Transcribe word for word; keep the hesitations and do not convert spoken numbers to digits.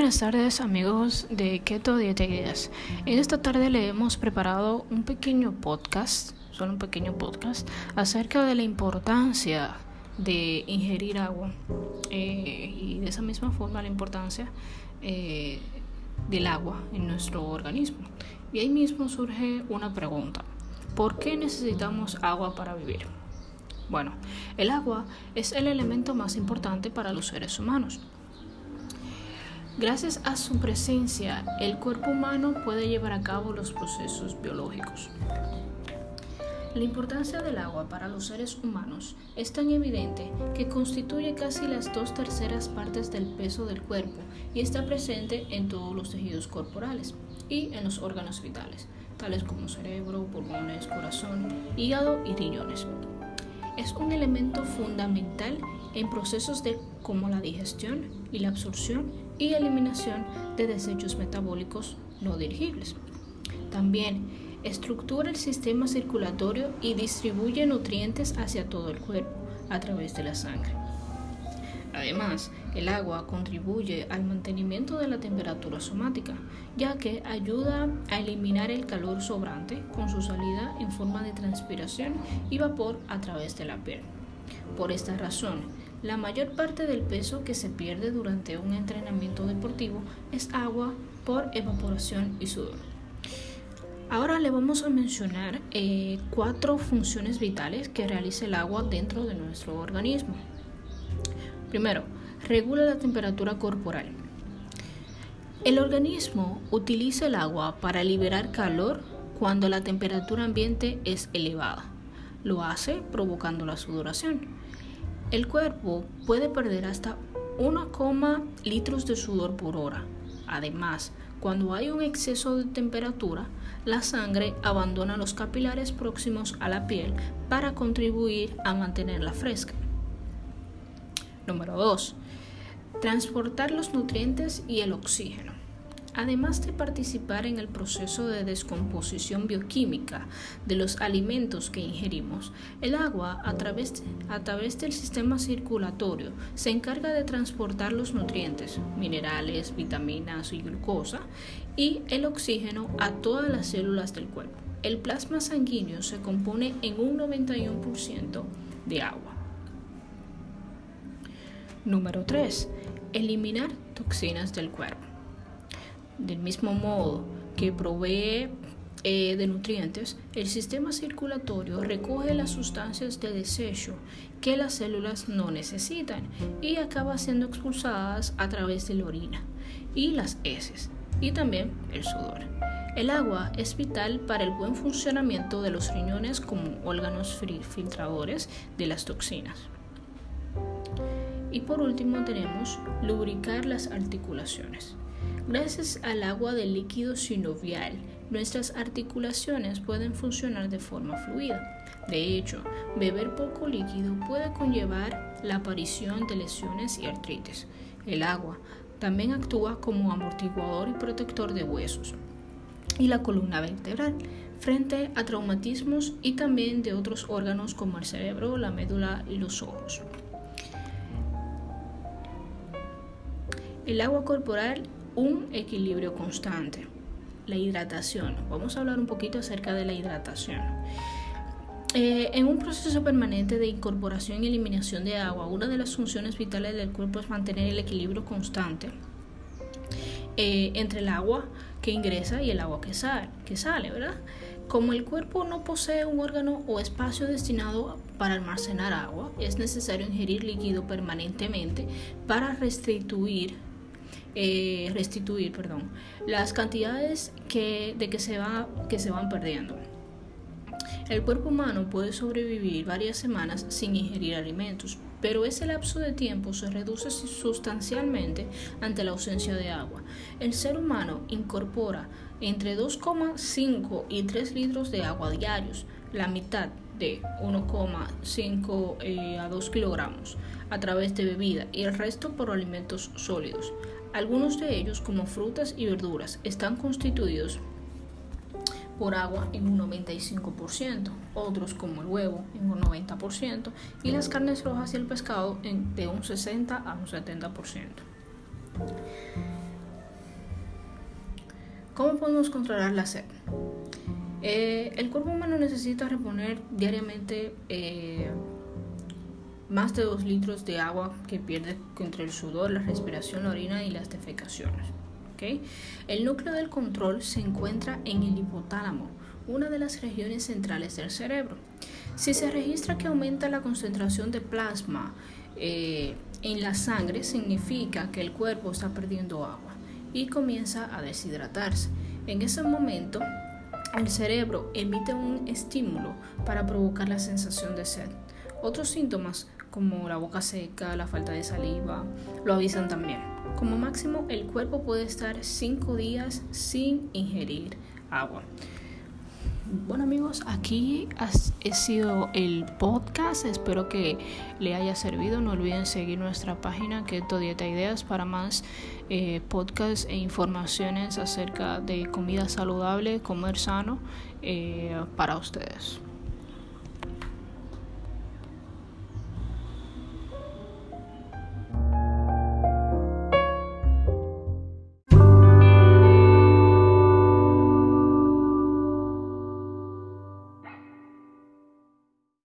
buenas tardes, amigos de Keto Dieta Ideas. En esta tarde le hemos preparado un pequeño podcast, solo un pequeño podcast, acerca de la importancia de ingerir agua eh, y de esa misma forma la importancia eh, del agua en nuestro organismo. Y ahí mismo surge una pregunta: ¿por qué necesitamos agua para vivir? Bueno, el agua es el elemento más importante para los seres humanos. Gracias a su presencia, el cuerpo humano puede llevar a cabo los procesos biológicos. La importancia del agua para los seres humanos es tan evidente que constituye casi las dos terceras partes del peso del cuerpo y está presente en todos los tejidos corporales y en los órganos vitales, tales como cerebro, pulmones, corazón, hígado y riñones. Es un elemento fundamental en procesos de, como la digestión y la absorción y eliminación de desechos metabólicos no dirigibles. También estructura el sistema circulatorio y distribuye nutrientes hacia todo el cuerpo a través de la sangre. Además, el agua contribuye al mantenimiento de la temperatura somática, ya que ayuda a eliminar el calor sobrante con su salida en forma de transpiración y vapor a través de la piel. Por esta razón, la mayor parte del peso que se pierde durante un entrenamiento deportivo es agua por evaporación y sudor. Ahora le vamos a mencionar eh, cuatro funciones vitales que realiza el agua dentro de nuestro organismo. Primero, regula la temperatura corporal. El organismo utiliza el agua para liberar calor cuando la temperatura ambiente es elevada. Lo hace provocando la sudoración. El cuerpo puede perder hasta uno coma cinco litros de sudor por hora. Además, cuando hay un exceso de temperatura, la sangre abandona los capilares próximos a la piel para contribuir a mantenerla fresca. Número dos. Transportar los nutrientes y el oxígeno. Además de participar en el proceso de descomposición bioquímica de los alimentos que ingerimos, el agua, a través, de, a través del sistema circulatorio, se encarga de transportar los nutrientes, minerales, vitaminas y glucosa, y el oxígeno a todas las células del cuerpo. El plasma sanguíneo se compone en un noventa y uno por ciento de agua. Número tres. Eliminar toxinas del cuerpo. Del mismo modo que provee eh, de nutrientes, el sistema circulatorio recoge las sustancias de desecho que las células no necesitan y acaba siendo expulsadas a través de la orina y las heces, y también el sudor. El agua es vital para el buen funcionamiento de los riñones como órganos filtradores de las toxinas. Y por último tenemos lubricar las articulaciones. Gracias al agua del líquido sinovial, nuestras articulaciones pueden funcionar de forma fluida. De hecho, beber poco líquido puede conllevar la aparición de lesiones y artritis. El agua también actúa como amortiguador y protector de huesos y la columna vertebral frente a traumatismos y también de otros órganos como el cerebro, la médula y los ojos. El agua corporal, un equilibrio constante. La hidratación. Vamos a hablar un poquito acerca de la hidratación. Eh, en un proceso permanente de incorporación y eliminación de agua, una de las funciones vitales del cuerpo es mantener el equilibrio constante eh, entre el agua que ingresa y el agua que sale, que sale, ¿verdad? Como el cuerpo no posee un órgano o espacio destinado para almacenar agua, es necesario ingerir líquido permanentemente para restituir Eh, restituir perdón, las cantidades que, de que se, va, que se van perdiendo. El cuerpo humano puede sobrevivir varias semanas sin ingerir alimentos, pero ese lapso de tiempo se reduce sustancialmente ante la ausencia de agua. El ser humano incorpora entre dos coma cinco y tres litros de agua diarios, la mitad de uno coma cinco eh, a dos kilogramos a través de bebida y el resto por alimentos sólidos. Algunos de ellos, como frutas y verduras, están constituidos por agua en un noventa y cinco por ciento, otros como el huevo en un noventa por ciento y las carnes rojas y el pescado en de un sesenta a un setenta por ciento. ¿Cómo podemos controlar la sed? Eh, el cuerpo humano necesita reponer diariamente eh, más de dos litros de agua que pierde entre el sudor, la respiración, la orina y las defecaciones. ¿Okay? El núcleo del control se encuentra en el hipotálamo, una de las regiones centrales del cerebro. Si se registra que aumenta la concentración de plasma eh, en la sangre, significa que el cuerpo está perdiendo agua y comienza a deshidratarse. En ese momento, el cerebro emite un estímulo para provocar la sensación de sed. Otros síntomas, como la boca seca, la falta de saliva, lo avisan también. Como máximo, el cuerpo puede estar cinco días sin ingerir agua. Bueno amigos, aquí ha sido el podcast, espero que le haya servido. No olviden seguir nuestra página Keto Dieta Ideas para más eh, podcasts e informaciones acerca de comida saludable, comer sano eh, para ustedes.